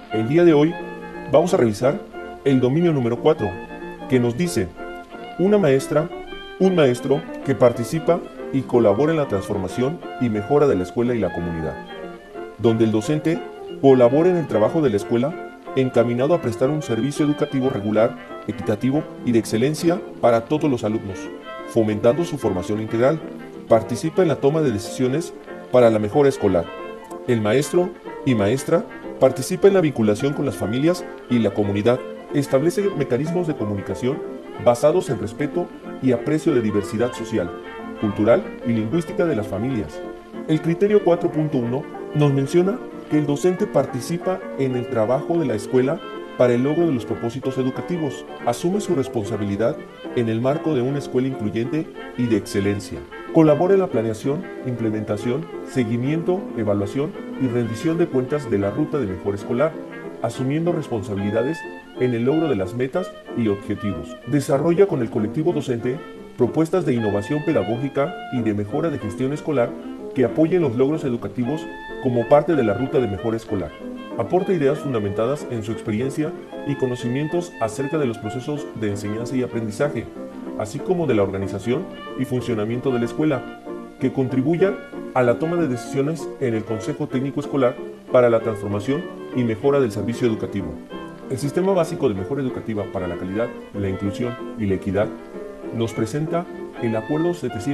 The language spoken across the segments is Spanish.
El día de hoy vamos a revisar el dominio número 4, que nos dice una maestra, un maestro que participa y colabora en la transformación y mejora de la escuela y la comunidad, donde el docente colabora en el trabajo de la escuela encaminado a prestar un servicio educativo regular, equitativo y de excelencia para todos los alumnos, fomentando su formación integral. Participa en la toma de decisiones para la mejora escolar. El maestro y maestra participa en la vinculación con las familias y la comunidad. Establece mecanismos de comunicación basados en respeto y aprecio de diversidad social, cultural y lingüística de las familias. El criterio 4.1 nos menciona que el docente participa en el trabajo de la escuela para el logro de los propósitos educativos. Asume su responsabilidad en el marco de una escuela incluyente y de excelencia. Colabora en la planeación, implementación, seguimiento, evaluación y rendición de cuentas de la ruta de mejora escolar, asumiendo responsabilidades en el logro de las metas y objetivos. Desarrolla con el colectivo docente propuestas de innovación pedagógica y de mejora de gestión escolar que apoyen los logros educativos como parte de la ruta de mejora escolar. Aporta ideas fundamentadas en su experiencia y conocimientos acerca de los procesos de enseñanza y aprendizaje, así como de la organización y funcionamiento de la escuela, que contribuyan a la toma de decisiones en el Consejo Técnico Escolar para la transformación y mejora del servicio educativo. El Sistema Básico de Mejora Educativa para la Calidad, la Inclusión y la Equidad nos presenta el Acuerdo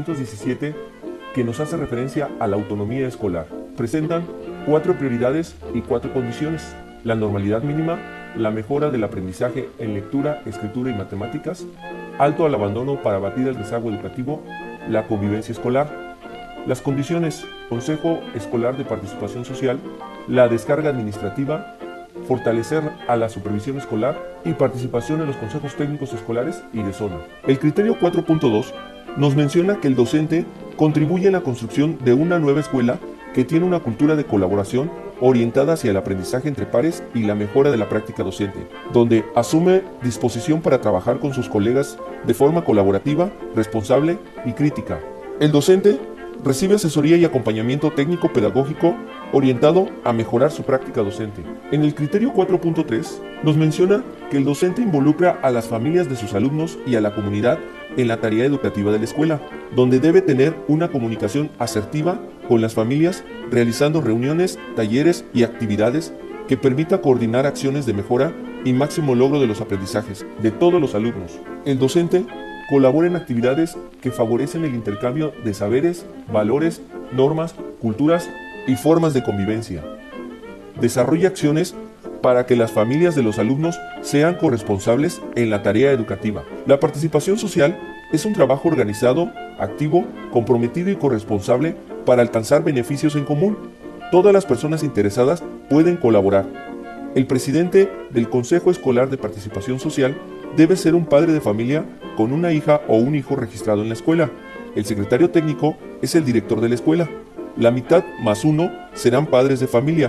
717 que nos hace referencia a la autonomía escolar. Presentan 4 prioridades y 4 condiciones: la normalidad mínima, la mejora del aprendizaje en lectura, escritura y matemáticas, alto al abandono para abatir el rezago educativo, la convivencia escolar. Las condiciones: Consejo Escolar de Participación Social, la descarga administrativa, fortalecer a la supervisión escolar y participación en los consejos técnicos escolares y de zona. El criterio 4.2 nos menciona que el docente contribuye en la construcción de una nueva escuela que tiene una cultura de colaboración orientada hacia el aprendizaje entre pares y la mejora de la práctica docente, donde asume disposición para trabajar con sus colegas de forma colaborativa, responsable y crítica. El docente recibe asesoría y acompañamiento técnico-pedagógico orientado a mejorar su práctica docente. En el criterio 4.3 nos menciona que el docente involucra a las familias de sus alumnos y a la comunidad en la tarea educativa de la escuela, donde debe tener una comunicación asertiva con las familias, realizando reuniones, talleres y actividades que permita coordinar acciones de mejora y máximo logro de los aprendizajes de todos los alumnos. El docente colabora en actividades que favorecen el intercambio de saberes, valores, normas, culturas y formas de convivencia. Desarrolla acciones para que las familias de los alumnos sean corresponsables en la tarea educativa. La participación social es un trabajo organizado, activo, comprometido y corresponsable para alcanzar beneficios en común. Todas las personas interesadas pueden colaborar. El presidente del Consejo Escolar de Participación Social debe ser un padre de familia con una hija o un hijo registrado en la escuela. El secretario técnico es el director de la escuela. La mitad más uno serán padres de familia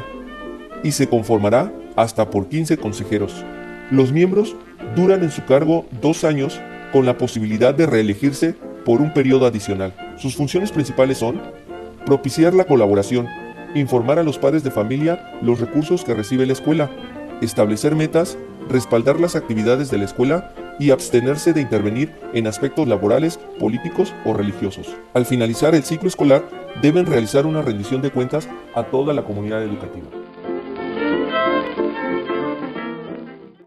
y se conformará hasta por 15 consejeros. Los miembros duran en su cargo 2 años con la posibilidad de reelegirse por un periodo adicional. Sus funciones principales son propiciar la colaboración, informar a los padres de familia los recursos que recibe la escuela, establecer metas, respaldar las actividades de la escuela y abstenerse de intervenir en aspectos laborales, políticos o religiosos. Al finalizar el ciclo escolar, deben realizar una rendición de cuentas a toda la comunidad educativa.